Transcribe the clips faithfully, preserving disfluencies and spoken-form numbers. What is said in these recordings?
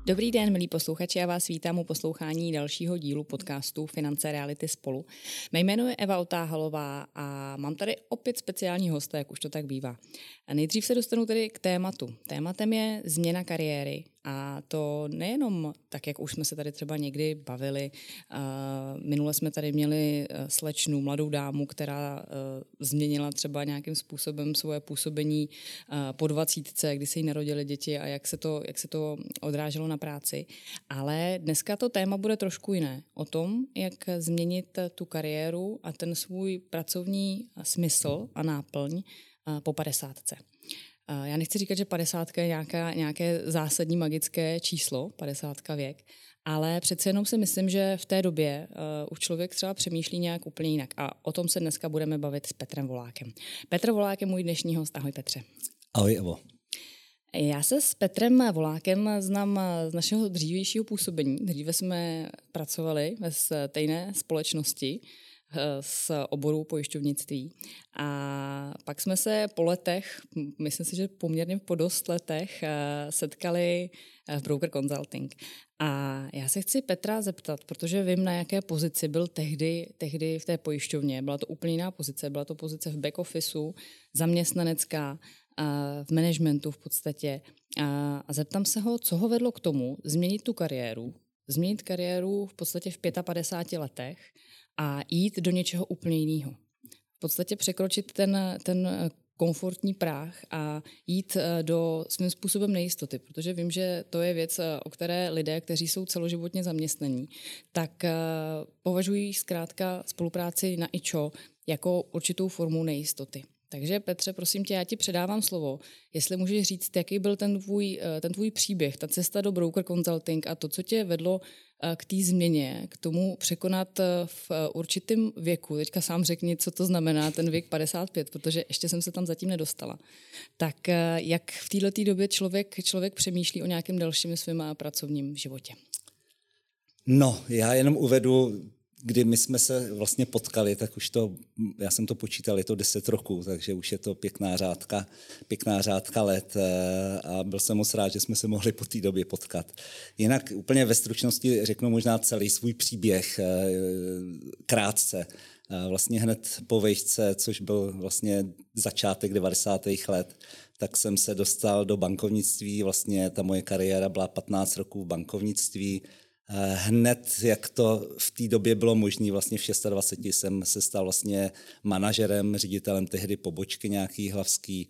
Dobrý den, milí posluchači, já vás vítám u poslouchání dalšího dílu podcastu Finance reality spolu. Mé jméno je Eva Otáhalová a mám tady opět speciální hosta, jak už to tak bývá. Nejdřív se dostanu tedy k tématu. Tématem je změna kariéry a to nejenom tak, jak už jsme se tady třeba někdy bavili. Minule jsme tady měli slečnu, mladou dámu, která změnila třeba nějakým způsobem svoje působení po dvacítce, kdy se jí narodily děti a jak se to, jak se to odráželo na práci. Ale dneska to téma bude trošku jiné. O tom, jak změnit tu kariéru a ten svůj pracovní smysl a náplň po padesátce. Já nechci říkat, že padesátka je nějaká, nějaké zásadní magické číslo, padesátka věk, ale přece jenom si myslím, že v té době uh, už člověk třeba přemýšlí nějak úplně jinak. A o tom se dneska budeme bavit s Petrem Volákem. Petr Volák je můj dnešní host. Ahoj, Petře. Ahoj, Evo. Já se s Petrem Volákem znám z našeho dřívějšího působení. Dříve jsme pracovali ve stejné společnosti z oboru pojišťovnictví. A pak jsme se po letech, myslím si, že poměrně po dost letech, setkali v Broker Consulting. A já se chci Petra zeptat, protože vím, na jaké pozici byl tehdy, tehdy v té pojišťovně. Byla to úplně jiná pozice, byla to pozice v back officeu, zaměstnanecká, v managementu v podstatě. A zeptám se ho, co ho vedlo k tomu změnit tu kariéru, změnit kariéru v podstatě v padesát pěti letech a jít do něčeho úplně jiného. V podstatě překročit ten, ten komfortní práh a jít do svým způsobem nejistoty, protože vím, že to je věc, o které lidé, kteří jsou celoživotně zaměstnaní, tak považují zkrátka spolupráci na I Č O jako určitou formu nejistoty. Takže Petře, prosím tě, já ti předávám slovo. Jestli můžeš říct, jaký byl ten tvůj, ten tvůj příběh, ta cesta do Broker Consulting a to, co tě vedlo k té změně, k tomu překonat v určitém věku. Teďka sám řekni, co to znamená ten věk padesát pět, protože ještě jsem se tam zatím nedostala. Tak jak v této době člověk, člověk přemýšlí o nějakém dalším svém pracovním životě? No, já jenom uvedu, kdy my jsme se vlastně potkali, tak už to, já jsem to počítal, je to deset roků, takže už je to pěkná řádka, pěkná řádka let a byl jsem moc rád, že jsme se mohli po té době potkat. Jinak úplně ve stručnosti řeknu možná celý svůj příběh krátce. Vlastně hned po vejšce, což byl vlastně začátek devadesátých let, tak jsem se dostal do bankovnictví, vlastně ta moje kariéra byla patnáct roků v bankovnictví. Hned, jak to v té době bylo možné, vlastně v dvaceti šesti jsem se stal vlastně manažerem, ředitelem tehdy pobočky nějaký hlavský.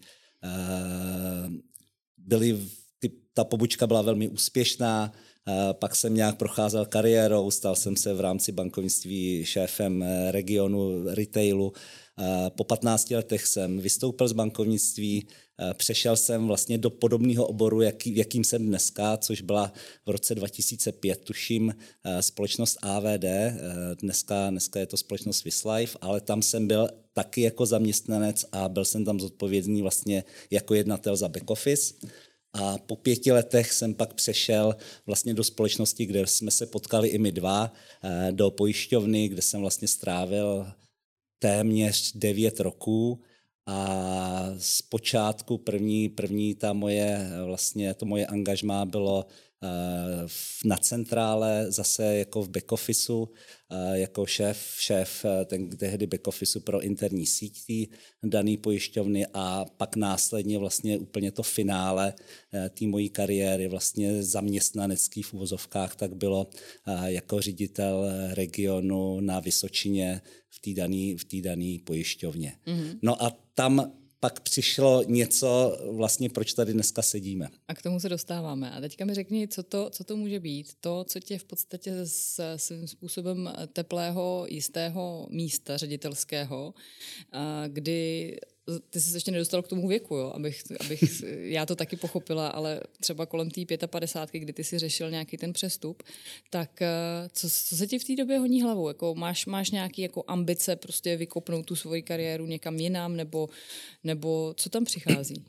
Byly, ty, ta pobočka byla velmi úspěšná, pak jsem nějak procházel kariérou, stal jsem se v rámci bankovnictví šéfem regionu retailu. Po patnácti letech jsem vystoupil z bankovnictví, přešel jsem vlastně do podobného oboru, jaký, jakým jsem dneska, což byla v roce dva tisíce pět, tuším, společnost A V D, dneska, dneska je to společnost Swiss Life, ale tam jsem byl taky jako zaměstnanec a byl jsem tam zodpovědný vlastně jako jednatel za back office. A po pěti letech jsem pak přešel vlastně do společnosti, kde jsme se potkali i my dva, do pojišťovny, kde jsem vlastně strávil téměř devět roků a zpočátku první, první ta moje, vlastně to moje angažmá bylo na centrále, zase jako v back officeu, jako šéf, šéf ten tehdy back officeu pro interní síť daný pojišťovny a pak následně vlastně úplně to finále té mojí kariéry, vlastně zaměstnanecký v uvozovkách, tak bylo jako ředitel regionu na Vysočině v té dané v té dané pojišťovně. Mm-hmm. No a tam pak přišlo něco, vlastně proč tady dneska sedíme. A k tomu se dostáváme. A teďka mi řekni, co to, co to může být. To, co tě v podstatě s svým způsobem teplého, jistého místa ředitelského, kdy ty jsi ještě nedostal k tomu věku, jo? Abych, abych já to taky pochopila, ale třeba kolem té padesátky pěti, kdy ty si řešil nějaký ten přestup, tak co, co se ti v té době honí hlavou? Jako máš, máš nějaký jako ambice prostě vykopnout tu svoji kariéru někam jinam, nebo, nebo co tam přichází?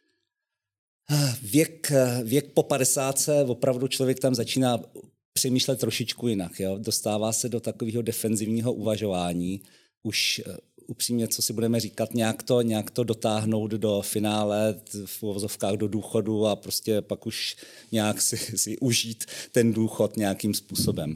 Věk, věk po padesátce, opravdu člověk tam začíná přemýšlet trošičku jinak. Jo? Dostává se do takového defenzivního uvažování. Už upřímně, co si budeme říkat, nějak to, nějak to dotáhnout do finále, v uvozovkách do důchodu a prostě pak už nějak si, si užít ten důchod nějakým způsobem.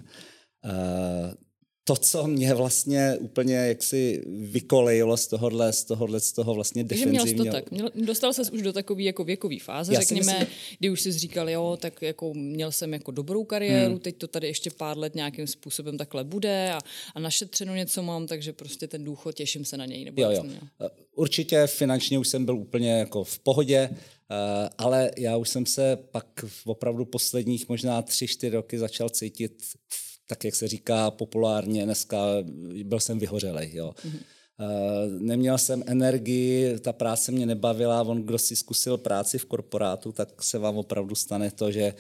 Uh, To, co mě vlastně úplně jaksi vykolejilo z tohohle, z tohohle, z toho vlastně defenzivního... Takže měl jsi to tak. Měl, dostal ses už do takové jako věkové fáze, já řekněme, myslím... kdy už jsi říkal, jo, tak jako měl jsem jako dobrou kariéru, hmm. teď to tady ještě pár let nějakým způsobem takhle bude a, a našetřeno něco mám, takže prostě ten důchod, těším se na něj. Nebo jo, jo. Určitě finančně už jsem byl úplně jako v pohodě, ale já už jsem se pak v opravdu posledních možná tři, čtyři roky začal cítit tak, jak se říká populárně dneska, byl jsem vyhořelej. Jo. Mm-hmm. Uh, neměl jsem energii, ta práce mě nebavila, on, kdo si zkusil práci v korporátu, tak se vám opravdu stane to, že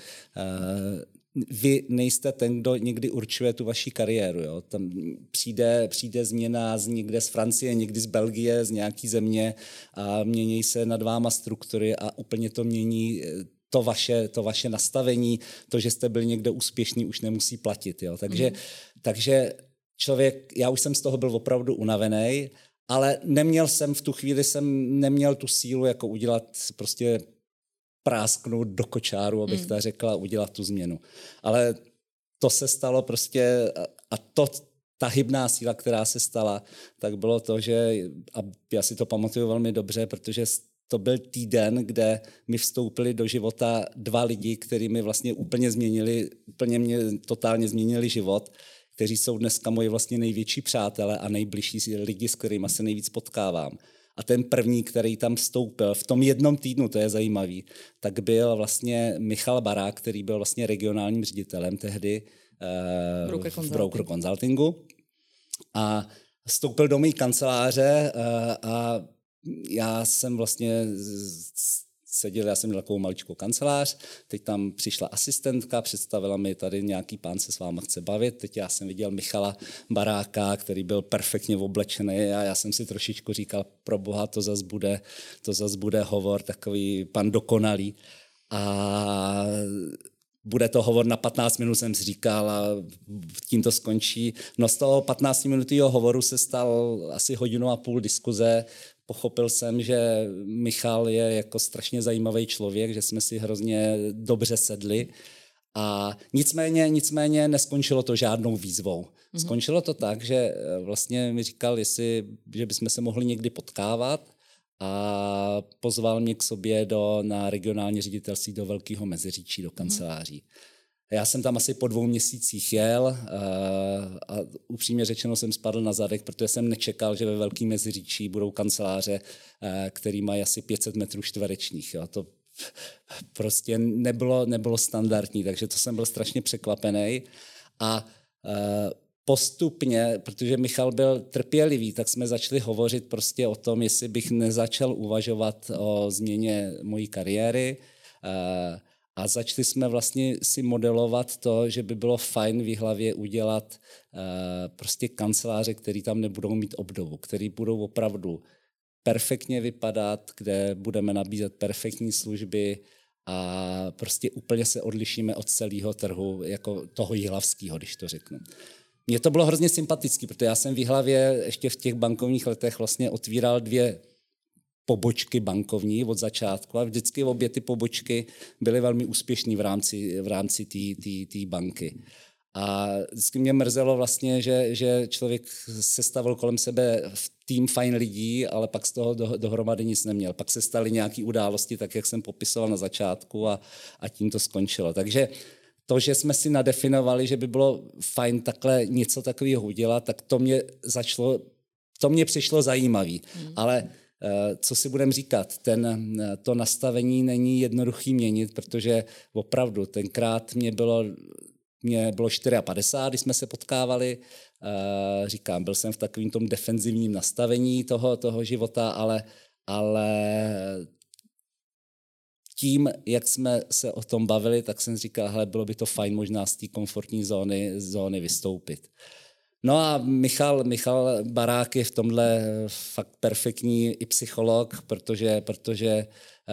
uh, vy nejste ten, kdo někdy určuje tu vaši kariéru. Jo. Tam přijde, přijde změna z někde z Francie, někdy z Belgie, z nějaký země a mění se nad váma struktury a úplně to mění To vaše, to vaše nastavení, to, že jste byli někde úspěšný, už nemusí platit. Jo? Takže, mm. takže člověk, já už jsem z toho byl opravdu unavený, ale neměl jsem v tu chvíli, jsem neměl tu sílu jako udělat, prostě prásknout do kočáru, abych mm. ta řekla, udělat tu změnu. Ale to se stalo prostě a to, ta hybná síla, která se stala, tak bylo to, že, a já si to pamatuju velmi dobře, protože to byl týden, kde mi vstoupili do života dva lidi, kteří mi vlastně úplně změnili, úplně mě totálně změnili život, kteří jsou dneska moji vlastně největší přátelé a nejbližší lidi, s kterými se nejvíc potkávám. A ten první, který tam vstoupil v tom jednom týdnu, to je zajímavý, tak byl vlastně Michal Barák, který byl vlastně regionálním ředitelem tehdy uh, Broker v Broker Consultingu. A vstoupil do mé kanceláře uh, a já jsem vlastně seděl, já jsem měl takovou maličkou kancelář, teď tam přišla asistentka, představila mi, tady nějaký pán se s váma chce bavit, teď já jsem viděl Michala Baráka, který byl perfektně oblečený a já jsem si trošičku říkal, pro boha, to zas bude, to zas bude hovor, takový pan dokonalý a bude to hovor na patnáct minut, jsem si říkal, a tím to skončí. No z toho patnáctiminutého hovoru se stal asi hodinu a půl diskuze. Pochopil jsem, že Michal je jako strašně zajímavý člověk, že jsme si hrozně dobře sedli. A nicméně, nicméně neskončilo to žádnou výzvou. Mm-hmm. Skončilo to tak, že vlastně mi říkal, jestli, že bychom se mohli někdy potkávat, a pozval mě k sobě do, na regionální ředitelství do Velkého Meziříčí, do kanceláří. Já jsem tam asi po dvou měsících jel a, a upřímně řečeno jsem spadl na zadek, protože jsem nečekal, že ve Velkém Meziříčí budou kanceláře, který mají asi pět set metrů čtverečních. Jo. To prostě nebylo, nebylo standardní, takže to jsem byl strašně překvapený. A, a postupně, protože Michal byl trpělivý, tak jsme začali hovořit prostě o tom, jestli bych nezačal uvažovat o změně mojí kariéry. A začali jsme vlastně si modelovat to, že by bylo fajn v hlavě udělat prostě kanceláře, které tam nebudou mít obdobu, které budou opravdu perfektně vypadat, kde budeme nabízet perfektní služby a prostě úplně se odlišíme od celého trhu, jako toho jihlavského, když to řeknu. Mně to bylo hrozně sympatický, protože já jsem v Jihlavě ještě v těch bankovních letech vlastně otvíral dvě pobočky bankovní od začátku a vždycky obě ty pobočky byly velmi úspěšné v rámci, v rámci té banky. A vždycky mě mrzelo vlastně, že, že člověk sestavil kolem sebe tým fajn lidí, ale pak z toho do, dohromady nic neměl. Pak se staly nějaké události, tak jak jsem popisoval na začátku a, a tím to skončilo. Takže to, že jsme si nadefinovali, že by bylo fajn takhle něco takového udělat, tak to mě začalo, to mě přišlo zajímavý. Hmm. Ale co si budeme říkat, ten, to nastavení není jednoduchý měnit, protože opravdu tenkrát mě bylo, mě bylo padesát čtyři, když jsme se potkávali. Říkám, byl jsem v takovém tom defenzivním nastavení toho, toho života, ale, ale tím, jak jsme se o tom bavili, tak jsem říkal, hele, bylo by to fajn možná z té komfortní zóny, zóny vystoupit. No a Michal, Michal Barák je v tomhle fakt perfektní i psycholog, protože, protože eh,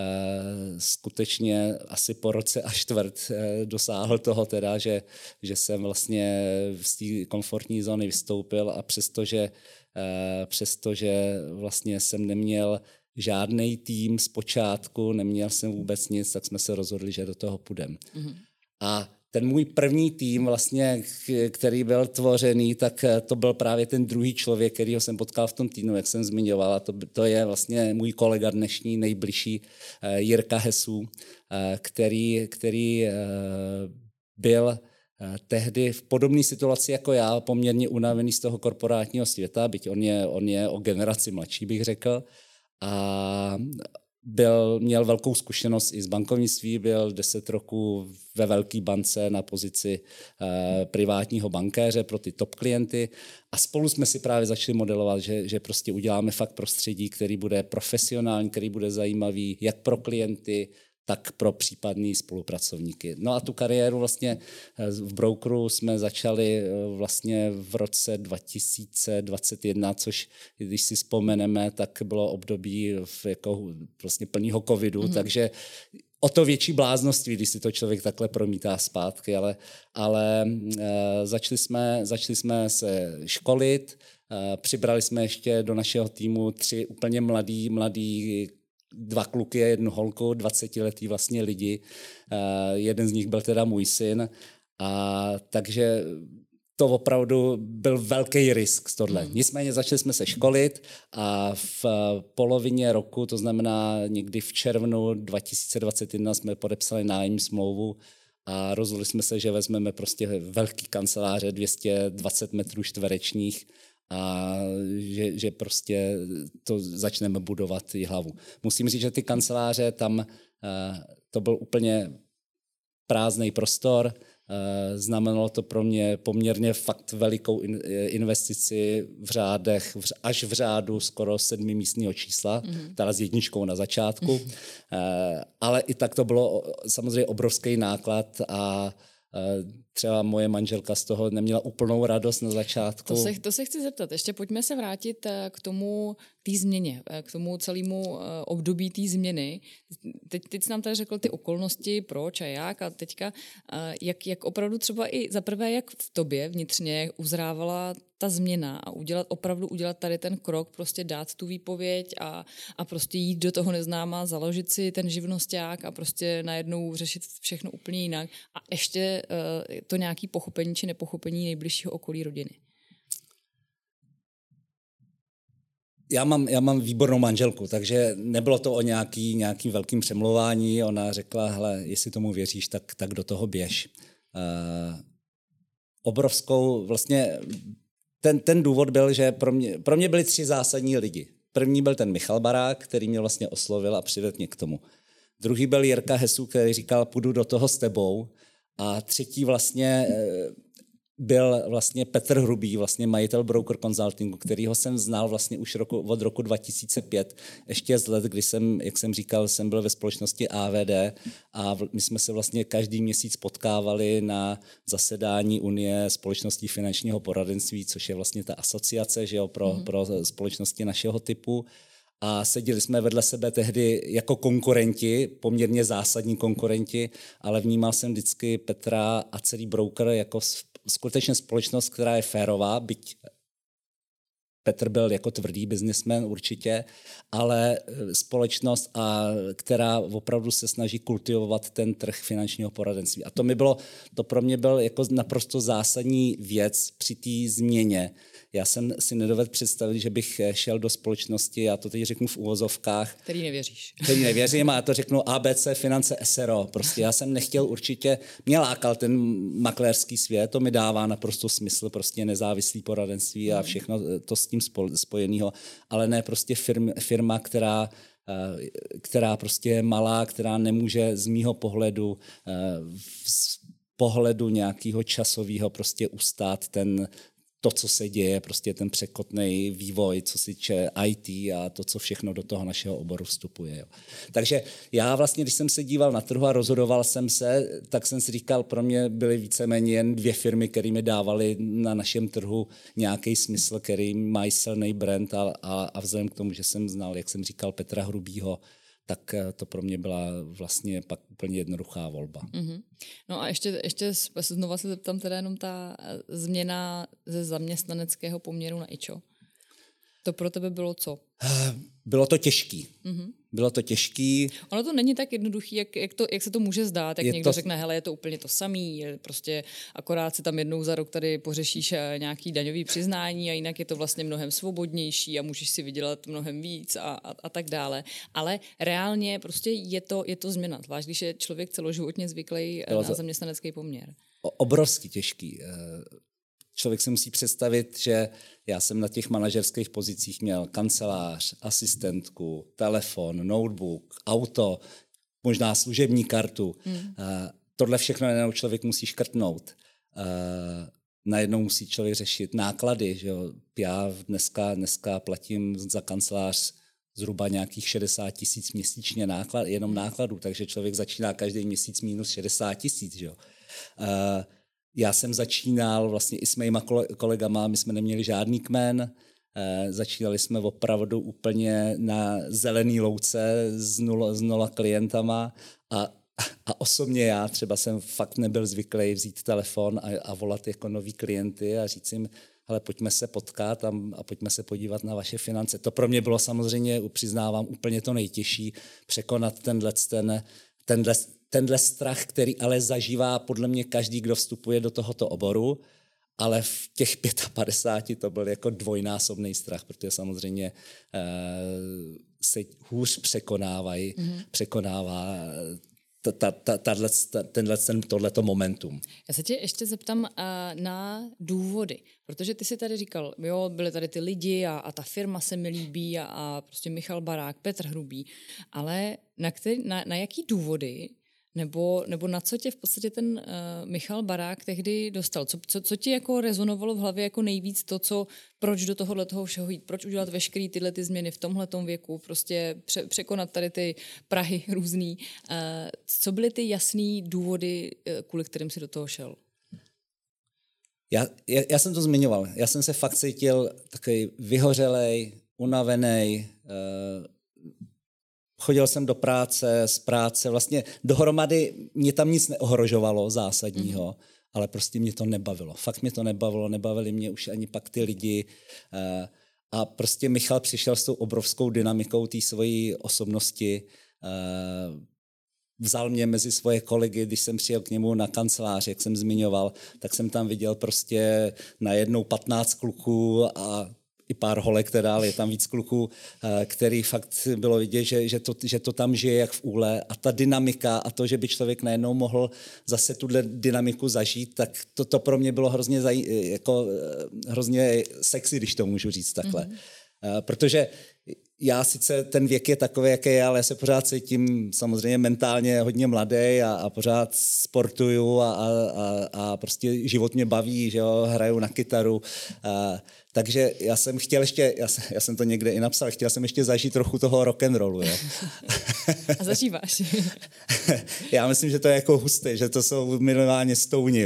skutečně asi po roce a čtvrt eh, dosáhl toho teda, že, že jsem vlastně z té komfortní zóny vystoupil a přestože, eh, přestože vlastně jsem neměl žádný tým zpočátku, neměl jsem vůbec nic, tak jsme se rozhodli, že do toho půjdeme. Mm-hmm. A ten můj první tým, vlastně, který byl tvořený, tak to byl právě ten druhý člověk, kterýho jsem potkal v tom týdnu, jak jsem zmiňoval. A to, to je vlastně můj kolega dnešní, nejbližší, Jirka Hesů, který, který byl tehdy v podobné situaci jako já, poměrně unavený z toho korporátního světa, byť on je, on je o generaci mladší, bych řekl. A Byl, měl velkou zkušenost i z bankovnictví, byl deset roků ve velké bance na pozici eh, privátního bankéře pro ty top klienty a spolu jsme si právě začali modelovat, že, že prostě uděláme fakt prostředí, který bude profesionální, který bude zajímavý jak pro klienty, tak pro případný spolupracovníky. No a tu kariéru vlastně v brokeru jsme začali vlastně v roce dva tisíce dvacet jedna, což když si vzpomeneme, tak bylo období v jako vlastně plného covidu, mm-hmm. takže o to větší bláznoství, když si to člověk takhle promítá zpátky, ale, ale uh, začali, jsme, začali jsme se školit, uh, přibrali jsme ještě do našeho týmu tři úplně mladý, mladý dva kluky a jednu holku, dvacetiletí vlastně lidi. Uh, jeden z nich byl teda můj syn. A takže to opravdu byl velký risk z tohle. Hmm. Nicméně začali jsme se školit a v polovině roku, to znamená někdy v červnu dva tisíce dvacet jedna jsme podepsali nájemní smlouvu a rozhodli jsme se, že vezmeme prostě velký kanceláře, dvě stě dvacet metrů čtverečních, a že, že prostě to začneme budovat i hlavu. Musím říct, že ty kanceláře tam, to byl úplně prázdný prostor, znamenalo to pro mě poměrně fakt velikou investici v řádech, až v řádu skoro sedmimístního čísla, mm-hmm. teda s jedničkou na začátku, mm-hmm. ale i tak to bylo samozřejmě obrovský náklad a třeba moje manželka z toho neměla úplnou radost na začátku. To se, to se chci zeptat. Ještě pojďme se vrátit k tomu té změně, k tomu celému období té změny. Teď, teď jsi nám tady řekl ty okolnosti, proč a jak a teďka, jak, jak opravdu třeba i zaprvé, jak v tobě vnitřně uzrávala ta změna a udělat, opravdu udělat tady ten krok, prostě dát tu výpověď a, a prostě jít do toho neznáma, založit si ten živnosťák a prostě najednou řešit všechno úplně jinak a ještě uh, to nějaké pochopení či nepochopení nejbližšího okolí rodiny. Já mám, já mám výbornou manželku, takže nebylo to o nějaký, nějakým velkým přemlouvání. Ona řekla, hele, jestli tomu věříš, tak, tak do toho běž. Uh, obrovskou vlastně... Ten, ten důvod byl, že pro mě, pro mě byli tři zásadní lidi. První byl ten Michal Barák, který mě vlastně oslovil a přivedl mě k tomu. Druhý byl Jirka Hesů, který říkal, půjdu do toho s tebou. A třetí vlastně byl vlastně Petr Hrubý, vlastně majitel Broker Consultingu, kterýho jsem znal vlastně už roku, od roku dva tisíce pět, ještě z let, kdy jsem, jak jsem říkal, jsem byl ve společnosti A V D a my jsme se vlastně každý měsíc potkávali na zasedání Unie společností finančního poradenství, což je vlastně ta asociace, že jo, pro, mm-hmm. pro společnosti našeho typu. A seděli jsme vedle sebe tehdy jako konkurenti, poměrně zásadní konkurenti, ale vnímal jsem vždycky Petra a celý broker jako skutečně společnost, která je férová, byť Petr byl jako tvrdý biznismen určitě, ale společnost, a která opravdu se snaží kultivovat ten trh finančního poradenství. A to mi bylo, to pro mě byl jako naprosto zásadní věc při té změně. Já jsem si nedovedl představit, že bych šel do společnosti, já to teď řeknu v uvozovkách. Který nevěříš. Který nevěřím a já to řeknu A B C, finance, S R O. Prostě já jsem nechtěl určitě, mě lákal ten makléřský svět, to mi dává naprosto smysl, prostě nezávislý poradenství a všechno to s tím spojeného, ale ne prostě firma, firma která která prostě je malá, která nemůže z mýho pohledu z pohledu nějakého časového prostě ustát ten to, co se děje, prostě ten překotný vývoj, co se týče í té a to, co všechno do toho našeho oboru vstupuje. Jo. Takže já vlastně, když jsem se díval na trhu a rozhodoval jsem se, tak jsem si říkal, pro mě byly víceméně jen dvě firmy, které mi dávaly na našem trhu nějaký smysl, který mají silný brand a, a, a vzhledem k tomu, že jsem znal, jak jsem říkal, Petra Hrubýho, tak to pro mě byla vlastně pak úplně jednoduchá volba. Mm-hmm. No a ještě, ještě znova se zeptám teda jenom ta změna ze zaměstnaneckého poměru na ičo. To pro tebe bylo co? Bylo to těžký. Mm-hmm. Bylo to těžký. Ono to není tak jednoduchý, jak, jak, to, jak se to může zdát, jak je někdo to... řekne, hele, je to úplně to samý, je prostě akorát si tam jednou za rok tady pořešíš nějaký daňový přiznání a jinak je to vlastně mnohem svobodnější a můžeš si vydělat mnohem víc a, a, a tak dále. Ale reálně prostě je to, je to změna, zvlášť když je člověk celoživotně zvyklý na to... zaměstnanecký poměr. Obrovsky těžký. Člověk si musí představit, že já jsem na těch manažerských pozicích měl kancelář, asistentku, telefon, notebook, auto, možná služební kartu. Hmm. Uh, tohle všechno najednou člověk musí škrtnout. Uh, najednou musí člověk řešit náklady. Že jo? Já dneska, dneska platím za kancelář zhruba nějakých šedesát tisíc měsíčně náklad, jenom nákladů, takže člověk začíná každý měsíc minus šedesát tisíc. Že jo? Uh, Já jsem začínal vlastně i s mýma kolegama, my jsme neměli žádný kmen, e, začínali jsme opravdu úplně na zelený louce s nula, s nula klientama a, a osobně já třeba jsem fakt nebyl zvyklý vzít telefon a, a volat jako nový klienty a říct jim, hele, pojďme se potkat a, a pojďme se podívat na vaše finance. To pro mě bylo samozřejmě, přiznávám, úplně to nejtěžší, překonat tenhle ten, tenhle Tenhle strach, který ale zažívá podle mě každý, kdo vstupuje do tohoto oboru, ale v těch padesát pěti to byl jako dvojnásobný strach, protože samozřejmě uh, se hůř překonávají, mm-hmm. překonává ta, ta, ta, tato, tenhle, ten, tohleto momentum. Já se tě ještě zeptám uh, na důvody, protože ty si tady říkal, jo, byly tady ty lidi a, a ta firma se mi líbí a, a prostě Michal Barák, Petr Hrubý, ale na, který, na, na jaký důvody Nebo, nebo na co tě v podstatě ten uh, Michal Barák tehdy dostal? Co, co, co ti jako rezonovalo v hlavě jako nejvíc to, co, proč do tohohle toho všeho jít? Proč udělat veškeré tyhle ty změny v tomhletom věku? Prostě pře, překonat tady ty prahy různý. Uh, co byly ty jasný důvody, kvůli kterým si do toho šel? Já, já, já jsem to zmiňoval. Já jsem se fakt cítil takový vyhořelej, unavený, uh, chodil jsem do práce, z práce, vlastně dohromady mě tam nic neohrožovalo zásadního, mm-hmm. ale prostě mě to nebavilo. Fakt mě to nebavilo, nebavili mě už ani pak ty lidi. A prostě Michal přišel s tou obrovskou dynamikou té svojí osobnosti. Vzal mě mezi svoje kolegy, když jsem přijel k němu na kancelář, jak jsem zmiňoval, tak jsem tam viděl prostě najednou patnáct kluků a i pár holek, teda, ale je tam víc kluků, který fakt bylo vidět, že, že, to, že to tam žije jak v úle a ta dynamika a to, že by člověk najednou mohl zase tuhle dynamiku zažít, tak to, to pro mě bylo hrozně, zaj, jako, hrozně sexy, když to můžu říct takhle. Mm-hmm. Protože já sice ten věk je takový, jaký je, ale já se pořád cítím samozřejmě mentálně hodně mladý a, a pořád sportuju a, a, a, a prostě život mě baví, že jo, hraju na kytaru. A, takže já jsem chtěl ještě, já jsem, já jsem to někde i napsal, chtěl jsem ještě zažít trochu toho rock'n'rollu. Jo. A zažíváš? Já myslím, že to je jako husté, že to jsou minimálně stouni.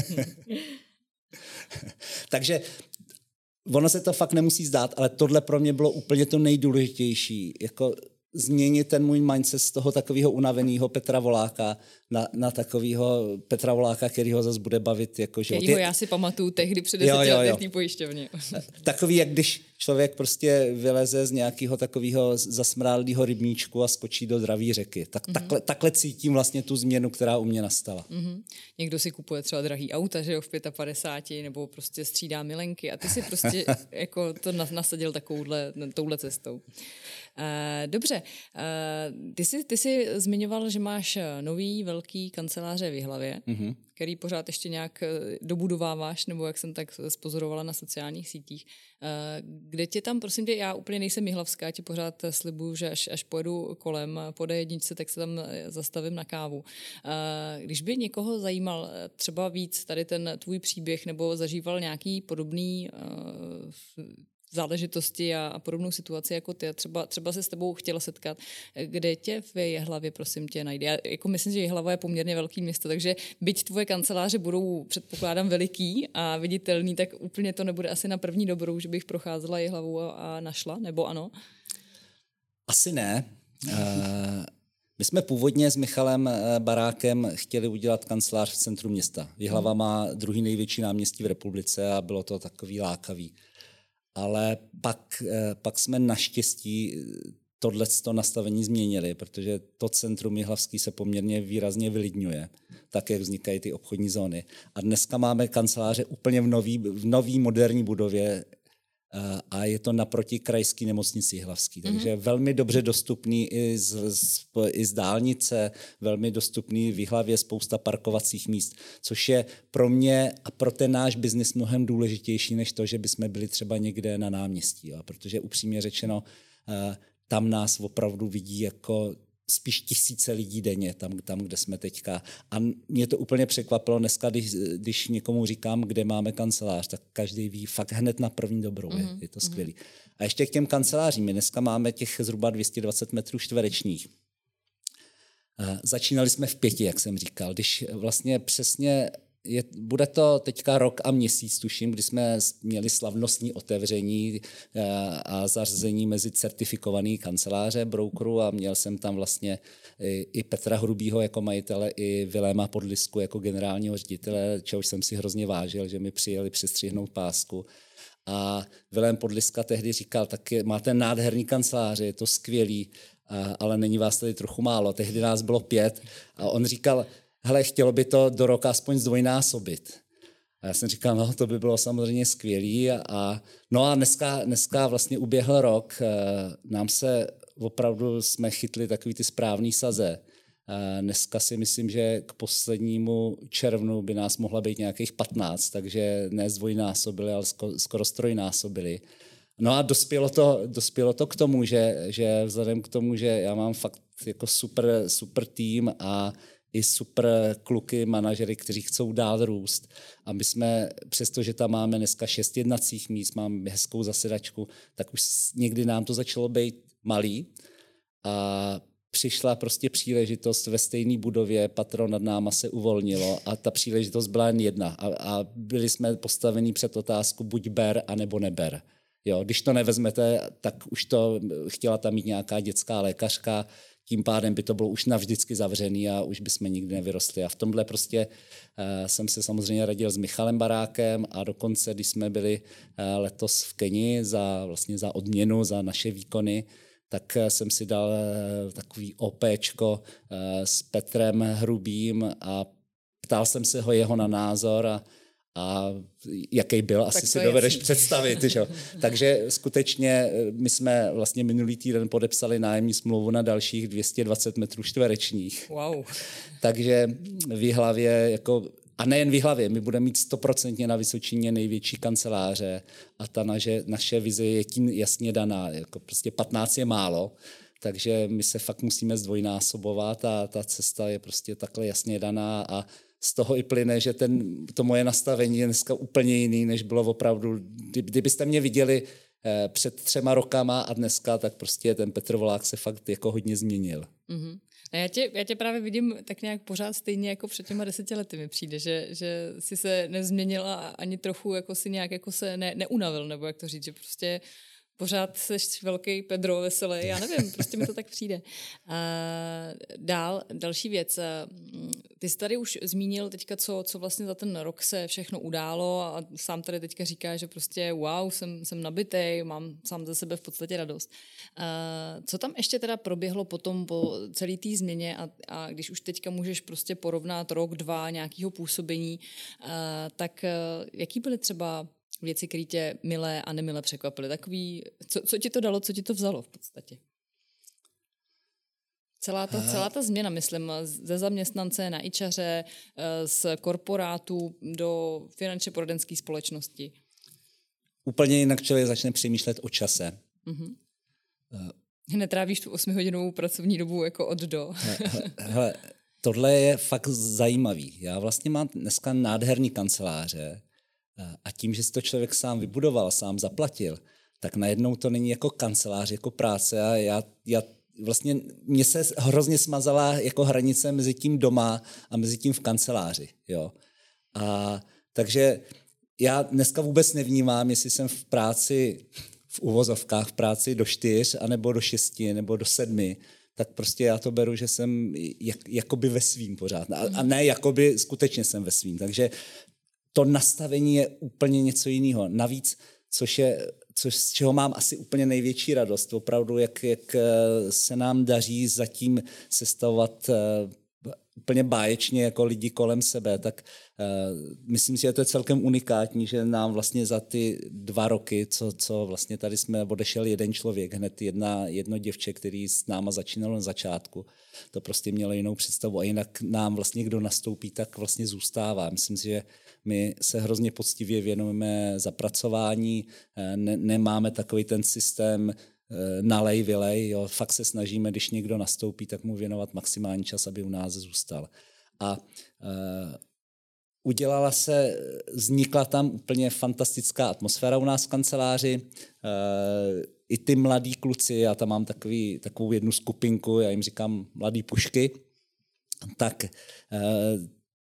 Takže ono se to fakt nemusí zdát, ale tohle pro mě bylo úplně to nejdůležitější, jako změnit ten můj mindset z toho takového unaveného Petra Voláka na, na takového Petra Voláka, který ho zase bude bavit jako život. Kterýho já si pamatuju tehdy před deseti lety v té pojišťovně. Takový, jak když člověk prostě vyleze z nějakého takového zasmrádlého rybníčku a skočí do zdraví řeky. Tak, mm-hmm. takhle, takhle cítím vlastně tu změnu, která u mě nastala. Mm-hmm. Někdo si kupuje třeba drahý auta, že jo, v padesát pěti, nebo prostě střídá milenky a ty si prostě jako to nasadil takovouhle, touhle cestou. Uh, dobře, uh, ty, jsi, ty jsi zmiňoval, že máš nový velký kanceláře v Jihlavě. Mm-hmm. který pořád ještě nějak dobudováváš, nebo jak jsem tak spozorovala na sociálních sítích. Kde tě tam, prosím tě, já úplně nejsem jihlavská, ti pořád slibuju, že až, až pojedu kolem po dé jedničce, tak se tam zastavím na kávu. Když by někoho zajímal třeba víc tady ten tvůj příběh, nebo zažíval nějaký podobný záležitosti a, a podobnou situaci jako ty, třeba, třeba se s tebou chtěla setkat, kde tě v Jihlavě, prosím tě, najde. Já jako myslím, že Jihlava je poměrně velký město, takže byť tvoje kanceláře budou, předpokládám, veliký a viditelný, tak úplně to nebude asi na první dobrou, že bych procházela Jihlavu a, a našla, nebo ano? Asi ne. Uh, my jsme původně s Michalem Barákem chtěli udělat kancelář v centru města. Jihlava hmm. má druhý největší náměstí v republice a bylo to takový lákavý. Ale pak, pak jsme naštěstí tohleto nastavení změnili, protože to centrum jihlavský se poměrně výrazně vylidňuje, tak jak vznikají ty obchodní zóny. A dneska máme kanceláře úplně v nový, v nový moderní budově a je to naproti krajské nemocnici jihlavský. Takže mm-hmm. velmi dobře dostupný i z, z, i z dálnice, velmi dostupný v Jihlavě, spousta parkovacích míst, což je pro mě a pro ten náš biznis mnohem důležitější, než to, že bychom byli třeba někde na náměstí. Jo? Protože upřímně řečeno, tam nás opravdu vidí jako spíš tisíce lidí denně, tam, tam, kde jsme teďka. A mě to úplně překvapilo dneska, když, když někomu říkám, kde máme kancelář, tak každý ví fakt hned na první dobrou. Mm-hmm. Je, je to skvělý. Mm-hmm. A ještě k těm kancelářím. My dneska máme těch zhruba dvě stě dvacet metrů čtverečních. Začínali jsme v pěti, jak jsem říkal. Když vlastně přesně Je, bude to teďka rok a měsíc, tuším, kdy jsme měli slavnostní otevření a zařazení mezi certifikovaný kanceláře brokerů a měl jsem tam vlastně i, i Petra Hrubýho jako majitele, i Viléma Podlisku jako generálního ředitele, čehož jsem si hrozně vážil, že mi přijeli přestřihnout pásku. A Vilém Podliska tehdy říkal, tak je, máte nádherný kanceláře, je to skvělý, a, ale není vás tady trochu málo. Tehdy nás bylo pět a on říkal, hele, chtělo by to do roka aspoň zdvojnásobit. A já jsem říkal, no, to by bylo samozřejmě skvělý. A, no a dneska, dneska vlastně uběhl rok, nám se opravdu jsme chytli takový ty správný saze. A dneska si myslím, že k poslednímu červnu by nás mohla být nějakých patnáct, takže ne zdvojnásobili, ale skoro strojnásobili. No a dospělo to, dospělo to k tomu, že, že vzhledem k tomu, že já mám fakt jako super, super tým a i super kluky, manažery, kteří chcou dál růst. A my jsme, přestože tam máme dneska šest jednacích míst, máme hezkou zasedačku, tak už někdy nám to začalo být malý. A přišla prostě příležitost ve stejné budově, patro nad náma se uvolnilo a ta příležitost byla jen jedna. A, a byli jsme postavení před otázku buď ber, anebo neber. Jo, když to nevezmete, tak už to chtěla tam mít nějaká dětská lékařka, tím pádem by to bylo už navždycky zavřený a už bychom nikdy nevyrostli. A v tomhle prostě uh, jsem se samozřejmě radil s Michalem Barákem a dokonce, když jsme byli uh, letos v Keni za, vlastně za odměnu, za naše výkony, tak uh, jsem si dal uh, takový OPčko uh, s Petrem Hrubým a ptal jsem se ho jeho na názor a A jaký byl, asi si dovedeš představit. Že? Takže skutečně my jsme vlastně minulý týden podepsali nájemní smlouvu na dalších dvě stě dvacet metrů čtverečních. Wow. Takže v Jihlavě, jako, a nejen v Jihlavě, my budeme mít stoprocentně na Vysočině největší kanceláře a ta naše, naše vize je tím jasně daná. Jako prostě patnáct je málo, takže my se fakt musíme zdvojnásobovat a ta cesta je prostě takhle jasně daná a z toho i plyne, že ten, to moje nastavení je dneska úplně jiný, než bylo opravdu. Kdybyste mě viděli eh, před třema rokama a dneska, tak prostě ten Petr Volák se fakt jako hodně změnil. Mm-hmm. A já tě, já tě právě vidím tak nějak pořád stejně jako před těma deseti lety mi přijde, že, že jsi se nezměnila ani trochu, jako si nějak jako se ne, neunavil, nebo jak to říct, že prostě pořád seš velký Pedro veselý, já nevím, prostě mi to tak přijde. A dál, další věc. Ty jsi tady už zmínil teďka, co, co vlastně za ten rok se všechno událo a sám tady teďka říká, že prostě wow, jsem, jsem nabitej, mám sám ze sebe v podstatě radost. A co tam ještě teda proběhlo potom po celé té změně a, a když už teďka můžeš prostě porovnat rok, dva nějakého působení, a, tak jaký byly třeba věci, které tě milé a nemilé překvapily? Takový, co, co ti to dalo, co ti to vzalo v podstatě? Celá ta, celá ta změna, myslím, ze zaměstnance na ičaře, z korporátu do finančně poradenské společnosti. Úplně jinak člověk začne přemýšlet o čase. Mm-hmm. Uh, Netrávíš tu osmihodinovou pracovní dobu jako od do. Hele, tohle je fakt zajímavý. Já vlastně mám dneska nádherný kanceláře a tím, že si to člověk sám vybudoval, sám zaplatil, tak najednou to není jako kancelář, jako práce a já, já vlastně mně se hrozně smazala jako hranice mezi tím doma a mezi tím v kanceláři. Jo. A takže já dneska vůbec nevnímám, jestli jsem v práci, v uvozovkách v práci do čtyř, anebo do šesti, nebo do sedmi, tak prostě já to beru, že jsem jak, jakoby ve svým pořád. A, a ne jakoby skutečně jsem ve svým. Takže to nastavení je úplně něco jiného. Navíc, což je, což, z čeho mám asi úplně největší radost, opravdu, jak, jak se nám daří zatím sestavovat úplně báječně jako lidi kolem sebe, tak uh, myslím si, že to je celkem unikátní, že nám vlastně za ty dva roky, co, co vlastně tady jsme odešel jeden člověk, hned jedna, jedno děvče, který s náma začínalo na začátku, to prostě mělo jinou představu a jinak nám vlastně kdo nastoupí, tak vlastně zůstává. Myslím si, že my se hrozně poctivě věnujeme zapracování, ne, nemáme takový ten systém nalej, vylej, jo. Fakt se snažíme, když někdo nastoupí, tak mu věnovat maximální čas, aby u nás zůstal. A uh, udělala se, vznikla tam úplně fantastická atmosféra u nás v kanceláři. Uh, I ty mladí kluci, já tam mám takový, takovou jednu skupinku, já jim říkám mladý pušky, tak uh,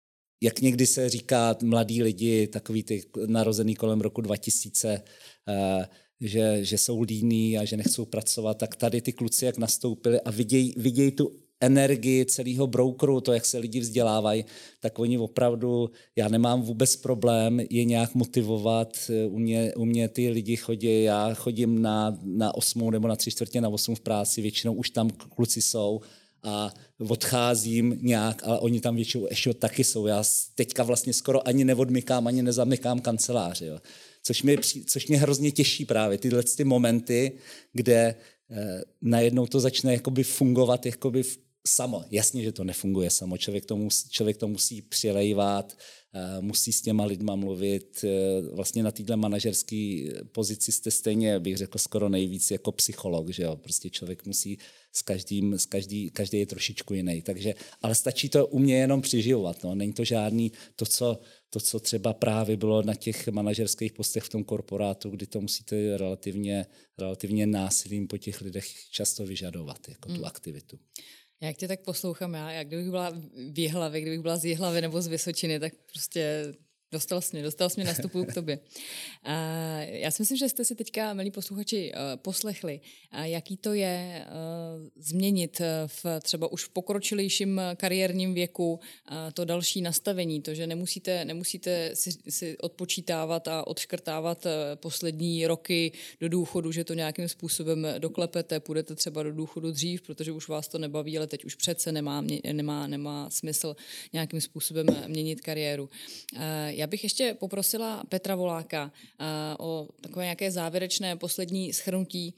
jak někdy se říká mladí lidi, takový ty narozený kolem roku dva tisíce, uh, Že, že jsou líní a že nechcou pracovat, tak tady ty kluci, jak nastoupili a vidějí, vidějí tu energii celého brokeru, to, jak se lidi vzdělávají, tak oni opravdu, já nemám vůbec problém je nějak motivovat, u mě, u mě ty lidi chodí, já chodím na, na osmou nebo na tři čtvrtě na osm v práci, většinou už tam kluci jsou a odcházím nějak, ale oni tam většinou ještě taky jsou. Já teďka vlastně skoro ani neodmykám, ani nezamykám kancelář, jo. Což mě, což mě hrozně těší právě, tyhle ty momenty, kde eh, najednou to začne jakoby fungovat jakoby samo. Jasně, že to nefunguje samo, člověk to musí, člověk to musí přilejvat, eh, musí s těma lidma mluvit. Eh, vlastně na této manažerské pozici jste stejně, bych řekl, skoro nejvíc jako psycholog, že jo? Prostě člověk musí s každým, s každý, každý je trošičku jiný. Takže, ale stačí to u mě jenom přiživovat. No. Není to žádný to co, to, co třeba právě bylo na těch manažerských postech v tom korporátu, kdy to musíte relativně, relativně násilím po těch lidech často vyžadovat, jako hmm. tu aktivitu. Jak tě tak poslouchám já, jak kdybych byla v Jihlavě, kdybych byla z Jihlavy nebo z Vysočiny, tak prostě dostal jsi mě, dostal jsi mě, nastupuju k tobě. Uh, já si myslím, že jste si teďka, milí posluchači, uh, poslechli, uh, jaký to je uh, změnit v třeba už v pokročilejším kariérním věku uh, to další nastavení, to, že nemusíte, nemusíte si, si odpočítávat a odškrtávat uh, poslední roky do důchodu, že to nějakým způsobem doklepete, půjdete třeba do důchodu dřív, protože už vás to nebaví, ale teď už přece nemá, nemá, nemá smysl nějakým způsobem měnit kariéru. Uh, Já bych ještě poprosila Petra Voláka uh, o takové nějaké závěrečné poslední shrnutí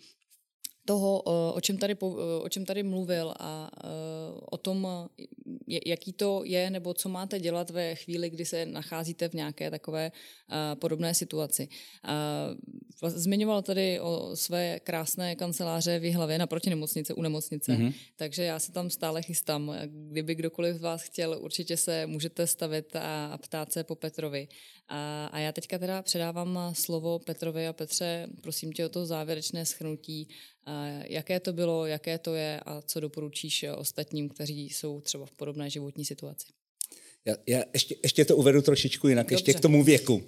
toho, uh, o čem tady, uh, o čem tady mluvil a uh, o tom, jaký to je nebo co máte dělat ve chvíli, kdy se nacházíte v nějaké takové uh, podobné situaci. Uh, zmiňoval tady o své krásné kanceláře v Jihlavě naproti nemocnice, u nemocnice, mm-hmm. takže já se tam stále chystám. Kdyby kdokoliv z vás chtěl, určitě se můžete stavit a, a ptát se po Petrovi. A, a já teďka teda předávám slovo Petrovi a Petře, prosím tě o to závěrečné shrnutí, jaké to bylo, jaké to je a co doporučíš ostatním, kteří jsou třeba v podobné životní situaci. Já, já ještě, ještě to uvedu trošičku jinak, Dobře. ještě k tomu věku.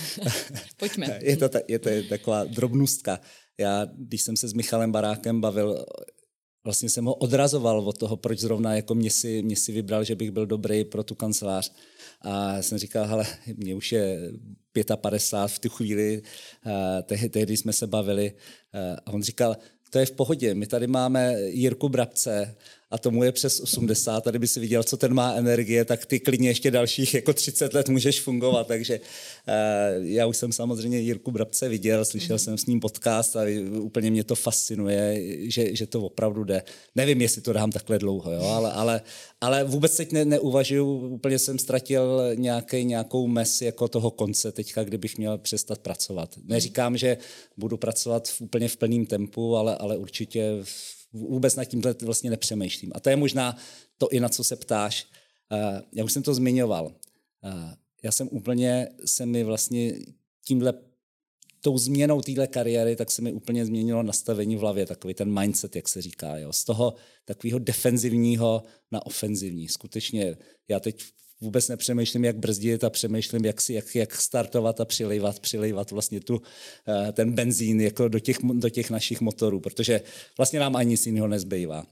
Pojďme. je, to ta, je to taková drobnůstka. Já, když jsem se s Michalem Barákem bavil, vlastně jsem ho odrazoval od toho, proč zrovna jako mě si, mě si vybral, že bych byl dobrý pro tu kancelář. A jsem říkal, hele, mě už je padesát pět v tu chvíli, tehdy, tehdy jsme se bavili a on říkal, to je v pohodě, my tady máme Jirku Brabce a tomu je přes osmdesát, tady by si viděl, co ten má energie, tak ty klidně ještě dalších jako třicet let můžeš fungovat, takže uh, já už jsem samozřejmě Jirku Brabce viděl, slyšel mm. jsem s ním podcast a úplně mě to fascinuje, že, že to opravdu jde. Nevím, jestli to dám takhle dlouho, jo, ale, ale, ale vůbec teď ne, neuvažuju, úplně jsem ztratil nějaký, nějakou mes jako toho konce teďka, kdybych měl přestat pracovat. Neříkám, že budu pracovat v, úplně v plném tempu, ale, ale určitě vůbec nad tímhle vlastně nepřemýšlím. A to je možná to i na co se ptáš. Uh, já už jsem to zmiňoval. Uh, já jsem úplně, se mi vlastně tímhle, tou změnou téhle kariéry, tak se mi úplně změnilo nastavení v hlavě, takový ten mindset, jak se říká. Jo. Z toho takového defenzivního na ofenzivní. Skutečně já teď vůbec nepřemýšlím, jak brzdit a přemýšlím, jak, si, jak, jak startovat a přilejvat, přilejvat vlastně tu, ten benzín jako do, těch, do těch našich motorů, protože vlastně nám ani nic jiného nezbývá.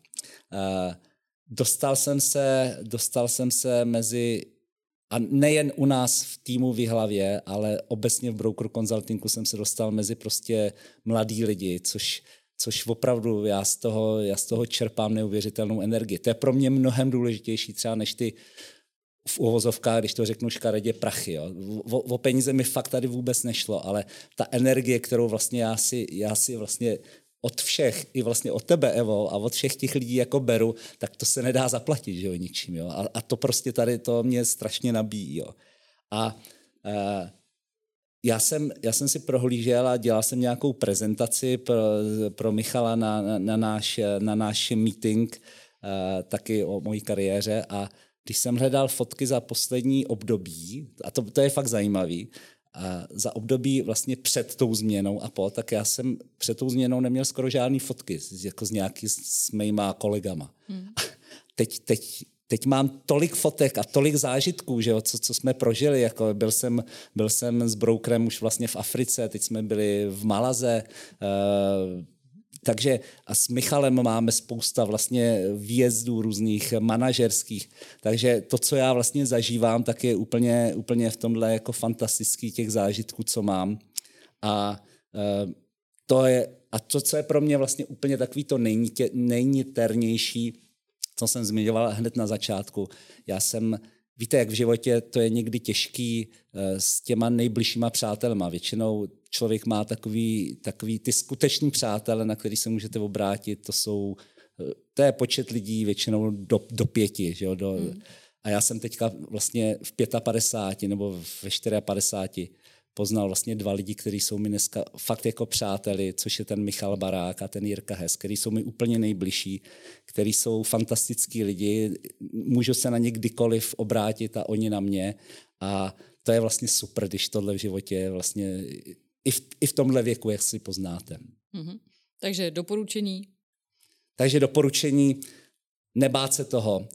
Dostal jsem se, dostal jsem se mezi, a nejen u nás v týmu v Jihlavě, ale obecně v Broker Consultingu jsem se dostal mezi prostě mladí lidi, což což opravdu já z toho, já z toho čerpám neuvěřitelnou energii. To je pro mě mnohem důležitější třeba než ty v uvozovkách, když to řeknu škaredě, prachy. Jo. O, o peníze mi fakt tady vůbec nešlo, ale ta energie, kterou vlastně já si, já si vlastně od všech, i vlastně od tebe, Evo, a od všech těch lidí jako beru, tak to se nedá zaplatit, že jo, ničím. Jo. A, a to prostě tady to mě strašně nabíjí. Jo. A uh, já jsem, já jsem si prohlížel a dělal jsem nějakou prezentaci pro, pro Michala na, na, na, náš, na náš meeting, uh, taky o mojí kariéře, a když jsem hledal fotky za poslední období, a to, to je fakt zajímavý, a za období vlastně před tou změnou a po, tak já jsem před tou změnou neměl skoro žádný fotky, jako s nějaký s mýma kolegama. Hmm. Teď, teď, teď mám tolik fotek a tolik zážitků, že jo, co, co jsme prožili. Jako byl, jsem, byl jsem s brokerem už vlastně v Africe, teď jsme byli v Malaze, uh, takže a s Michalem máme spousta vlastně výjezdů různých manažerských, takže to, co já vlastně zažívám, tak je úplně, úplně v tomhle jako fantastický těch zážitků, co mám. A uh, to je, a to, co je pro mě vlastně úplně takový to nejnitě, nejniternější, co jsem zmiňoval hned na začátku. Já jsem, víte, jak v životě to je někdy těžký uh, s těma nejbližšíma přátelma. Většinou člověk má takový, takový ty skuteční přátelé, na který se můžete obrátit, to jsou, to je počet lidí většinou do, do pěti, že jo, do, hmm. A já jsem teďka vlastně v padesát pět nebo ve padesát čtyři poznal vlastně dva lidi, kteří jsou mi dneska fakt jako přáteli, což je ten Michal Barák a ten Jirka Hes, který jsou mi úplně nejbližší, který jsou fantastický lidi, můžu se na ně kdykoliv obrátit a oni na mě, a to je vlastně super, když tohle v životě je vlastně i v, i v tomhle věku, jak si poznáte. Mm-hmm. Takže doporučení? Takže doporučení, nebát se toho, uh,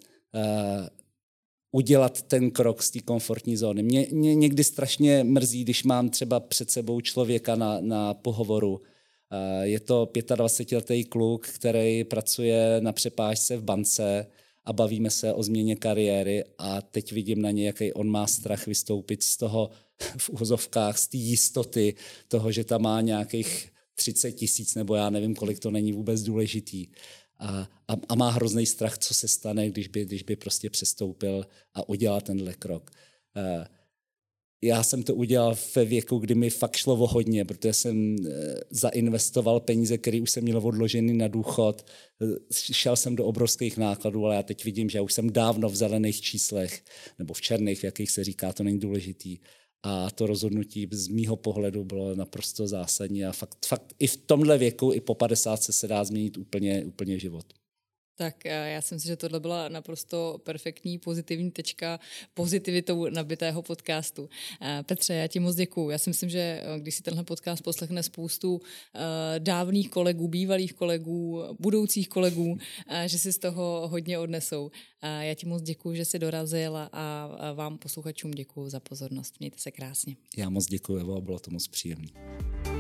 udělat ten krok z té komfortní zóny. Mě, mě někdy strašně mrzí, když mám třeba před sebou člověka na, na pohovoru. Uh, je to dvacetiletý kluk, který pracuje na přepážce v bance a bavíme se o změně kariéry, a teď vidím na něj, jaký on má strach vystoupit z toho v uvozovkách, z té jistoty toho, že tam má nějakých třicet tisíc, nebo já nevím, kolik, to není vůbec důležitý. A, a, a má hrozný strach, co se stane, když by, když by prostě přestoupil a udělal tenhle krok. Uh, já jsem to udělal ve věku, kdy mi fakt šlo o hodně, protože jsem uh, zainvestoval peníze, které už jsem měl odložený na důchod. Uh, šel jsem do obrovských nákladů, ale já teď vidím, že já už jsem dávno v zelených číslech, nebo v černých, v jakých se říká, to není důležitý. A to rozhodnutí z mýho pohledu bylo naprosto zásadní a fakt, fakt i v tomhle věku, i po padesátce se dá změnit úplně, úplně život. Tak já si myslím, že tohle byla naprosto perfektní pozitivní tečka pozitivitou nabitého podcastu. Petře, já ti moc děkuju. Já si myslím, že když si tenhle podcast poslechne spoustu dávných kolegů, bývalých kolegů, budoucích kolegů, že si z toho hodně odnesou. Já ti moc děkuju, že jsi dorazil, a vám posluchačům děkuju za pozornost. Mějte se krásně. Já moc děkuju, Evo, bylo to moc příjemné.